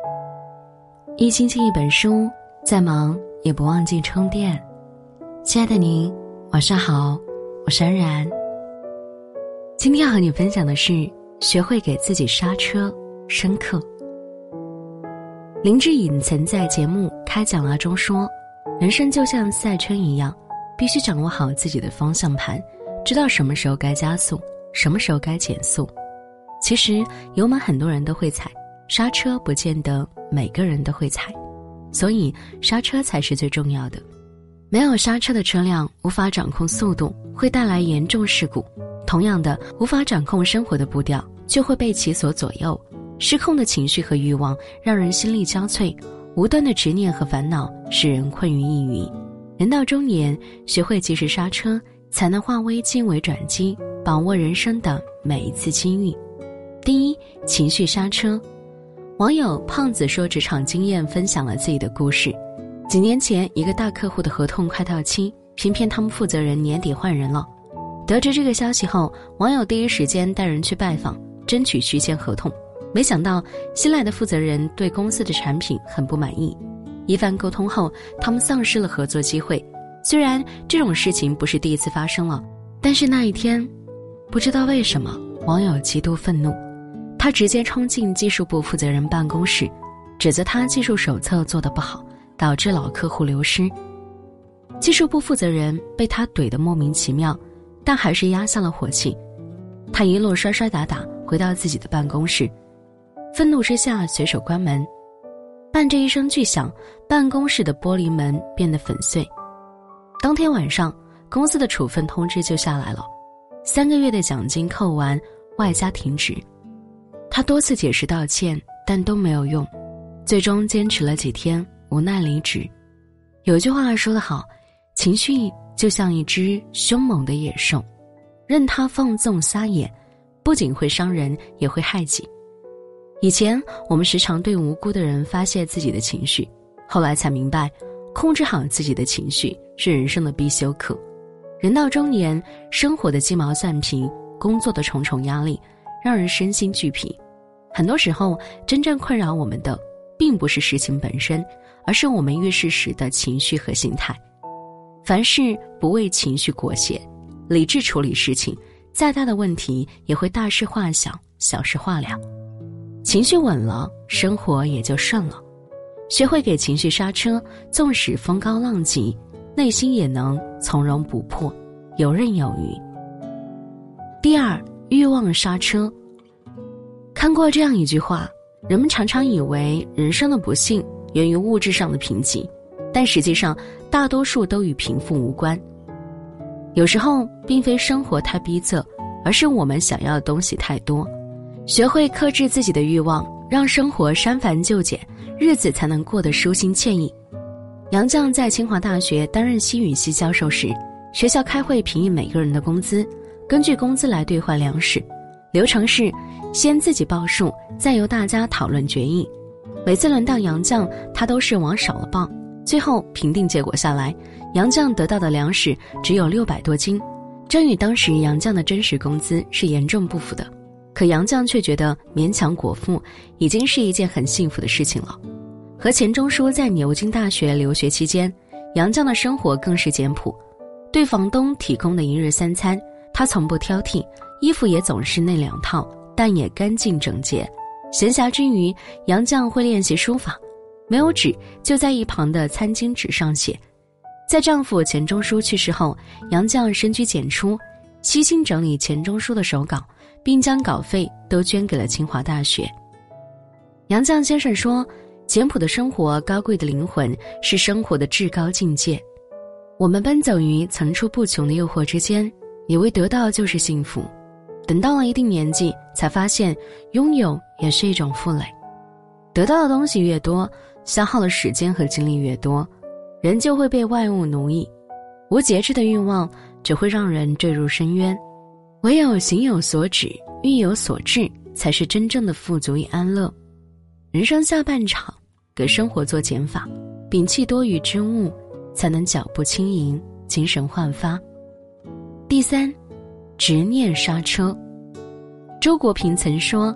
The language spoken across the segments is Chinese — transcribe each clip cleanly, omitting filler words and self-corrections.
一星期一本书，再忙也不忘记充电。亲爱的您，晚上好，我是安然。今天要和你分享的是学会给自己刹车，深刻。林志颖曾在节目开讲啦中说，人生就像赛车一样，必须掌握好自己的方向盘，知道什么时候该加速，什么时候该减速。其实油门很多人都会踩，刹车不见得每个人都会踩，所以刹车才是最重要的。没有刹车的车辆无法掌控速度，会带来严重事故。同样的，无法掌控生活的步调，就会被其所左右。失控的情绪和欲望让人心力交瘁，无端的执念和烦恼使人困于抑郁。人到中年，学会及时刹车，才能化危机为转机，把握人生的每一次机遇。第一，情绪刹车。网友胖子说职场经验分享了自己的故事。几年前，一个大客户的合同快到期，偏偏他们负责人年底换人了。得知这个消息后，网友第一时间带人去拜访，争取续签合同。没想到新来的负责人对公司的产品很不满意，一番沟通后，他们丧失了合作机会。虽然这种事情不是第一次发生了，但是那一天，不知道为什么，网友极度愤怒。他直接冲进技术部负责人办公室，指责他技术手册做得不好，导致老客户流失。技术部负责人被他怼得莫名其妙，但还是压下了火气。他一路摔摔打打回到自己的办公室，愤怒之下随手关门，伴着一声巨响，办公室的玻璃门变得粉碎。当天晚上，公司的处分通知就下来了，3个月的奖金扣完，外加停职。他多次解释道歉，但都没有用，最终坚持了几天，无奈离职。有句话说得好，情绪就像一只凶猛的野兽，任它放纵撒野，不仅会伤人，也会害己。以前我们时常对无辜的人发泄自己的情绪，后来才明白，控制好自己的情绪是人生的必修课。人到中年，生活的鸡毛蒜皮，工作的重重压力，让人身心俱疲。很多时候，真正困扰我们的并不是事情本身，而是我们遇事时的情绪和心态。凡事不为情绪裹挟，理智处理事情，再大的问题也会大事化小，小事化了。情绪稳了，生活也就顺了。学会给情绪刹车，纵使风高浪急，内心也能从容不迫，游刃有余。第二，欲望刹车。看过这样一句话，人们常常以为人生的不幸源于物质上的贫瘠，但实际上大多数都与贫富无关。有时候并非生活太逼仄，而是我们想要的东西太多。学会克制自己的欲望，让生活删繁就简，日子才能过得舒心惬意。杨绛在清华大学担任西语系教授时，学校开会评议每个人的工资，根据工资来兑换粮食。流程是先自己报数，再由大家讨论决议。每次轮到杨绛，他都是往少了报，最后评定结果下来，杨绛得到的粮食只有600多斤，这与当时杨绛的真实工资是严重不符的。可杨绛却觉得勉强果腹已经是一件很幸福的事情了。和钱钟书在牛津大学留学期间，杨绛的生活更是简朴，对房东提供的1日3餐，他从不挑剔，衣服也总是那2套，但也干净整洁。闲暇之余，杨绛会练习书法，没有纸就在一旁的餐巾纸上写。在丈夫钱钟书去世后，杨绛深居简出，悉心整理钱钟书的手稿，并将稿费都捐给了清华大学。杨绛先生说，简朴的生活，高贵的灵魂，是生活的至高境界。我们奔走于层出不穷的诱惑之间，以为得到就是幸福，等到了一定年纪，才发现拥有也是一种负累。得到的东西越多，消耗的时间和精力越多，人就会被外物奴役。无节制的欲望只会让人坠入深渊，唯有行有所止，欲有所至，才是真正的富足与安乐。人生下半场，给生活做减法，摒弃多余之物，才能脚步轻盈，精神焕发。第三，执念刹车。周国平曾说，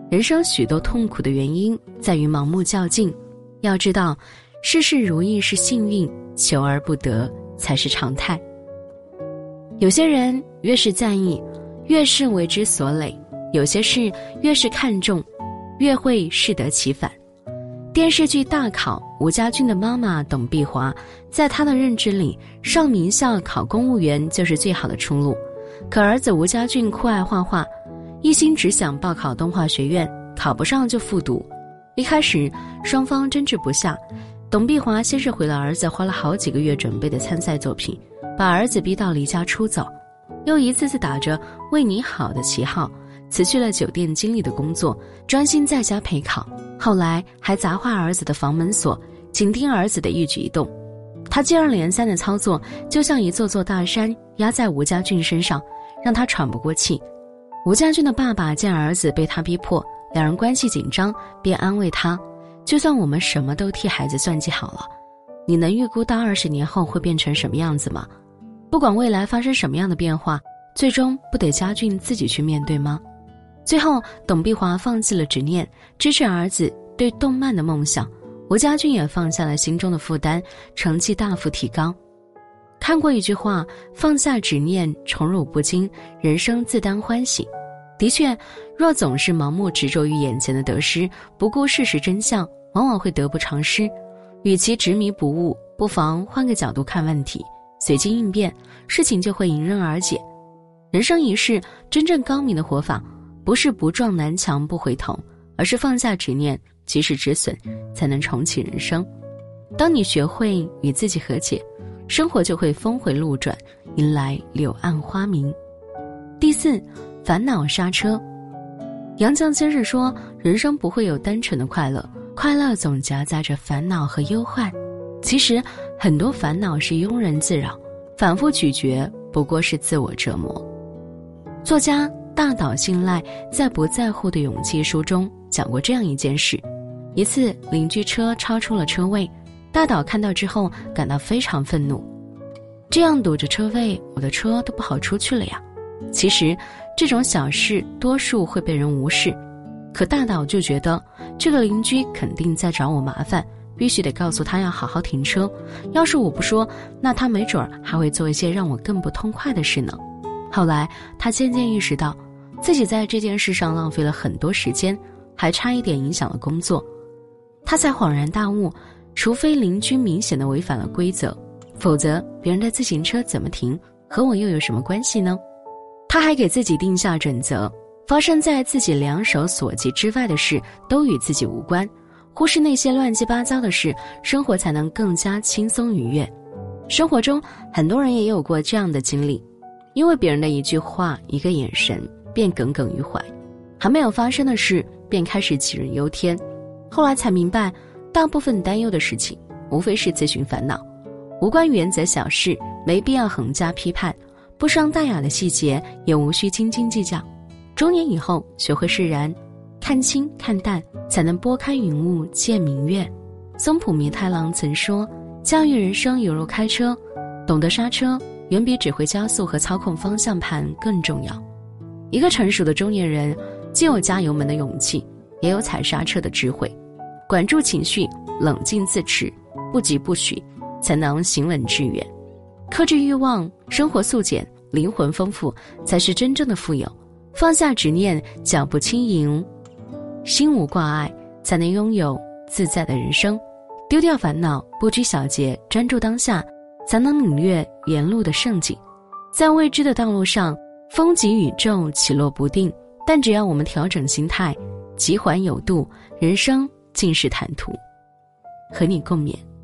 人生许多痛苦的原因在于盲目较劲。要知道，事事如意是幸运，求而不得才是常态。有些人越是在意，越是为之所累；有些事越是看重，越会适得其反。电视剧大考，吴家俊的妈妈董碧华，在她的认知里，上名校考公务员就是最好的出路。可儿子吴家俊酷爱画画，一心只想报考动画学院，考不上就复读。一开始双方争执不下，董碧华先是毁了儿子花了好几个月准备的参赛作品，把儿子逼到离家出走，又一次次打着为你好的旗号辞去了酒店经理的工作，专心在家陪考。后来还砸坏儿子的房门锁，紧盯儿子的一举一动。他接二连三的操作就像一座座大山压在吴家俊身上，让他喘不过气。吴家俊的爸爸见儿子被他逼迫，两人关系紧张，便安慰他，就算我们什么都替孩子算计好了，你能预估到20年后会变成什么样子吗？不管未来发生什么样的变化，最终不得家俊自己去面对吗？最后董碧华放弃了执念，支持儿子对动漫的梦想，吴家俊也放下了心中的负担，成绩大幅提高。看过一句话，放下执念，宠辱不惊，人生自当欢喜。的确，若总是盲目执着于眼前的得失，不顾事实真相，往往会得不偿失。与其执迷不悟，不妨换个角度看问题，随机应变，事情就会迎刃而解。人生一世，真正高明的活法，不是不撞南墙不回头，而是放下执念，及时止损，才能重启人生。当你学会与自己和解，生活就会峰回路转，迎来柳暗花明。第四，烦恼刹车。杨绛先生说，人生不会有单纯的快乐，快乐总夹杂着烦恼和忧患。其实很多烦恼是庸人自扰，反复咀嚼不过是自我折磨。作家大岛信赖在《不在乎的勇气》书中讲过这样一件事。一次邻居车超出了车位，大岛看到之后感到非常愤怒，这样堵着车位，我的车都不好出去了呀。其实这种小事多数会被人无视，可大岛就觉得这个邻居肯定在找我麻烦，必须得告诉他要好好停车，要是我不说，那他没准还会做一些让我更不痛快的事呢。后来他渐渐意识到自己在这件事上浪费了很多时间，还差一点影响了工作。他才恍然大悟，除非邻居明显的违反了规则，否则别人的自行车怎么停，和我又有什么关系呢？他还给自己定下准则，发生在自己两手所及之外的事都与自己无关，忽视那些乱七八糟的事，生活才能更加轻松愉悦。生活中很多人也有过这样的经历，因为别人的一句话一个眼神便耿耿于怀，还没有发生的事便开始杞人忧天。后来才明白，大部分担忧的事情无非是自寻烦恼，无关原则小事没必要横加批判，不伤大雅的细节也无需斤斤计较。中年以后学会释然，看清看淡，才能拨开云雾见明月。松浦弥太郎曾说，教育人生犹如开车，懂得刹车远比只会加速和操控方向盘更重要。一个成熟的中年人，既有加油门的勇气，也有踩刹车的智慧，管住情绪，冷静自持，不疾不徐，才能行稳致远。克制欲望，生活素简，灵魂丰富，才是真正的富有。放下执念，脚步轻盈，心无挂碍，才能拥有自在的人生。丢掉烦恼，不拘小节，专注当下，才能领略沿路的盛景。在未知的道路上，风急宇宙，起落不定，但只要我们调整心态，急缓有度，人生尽是坦途。和你共勉。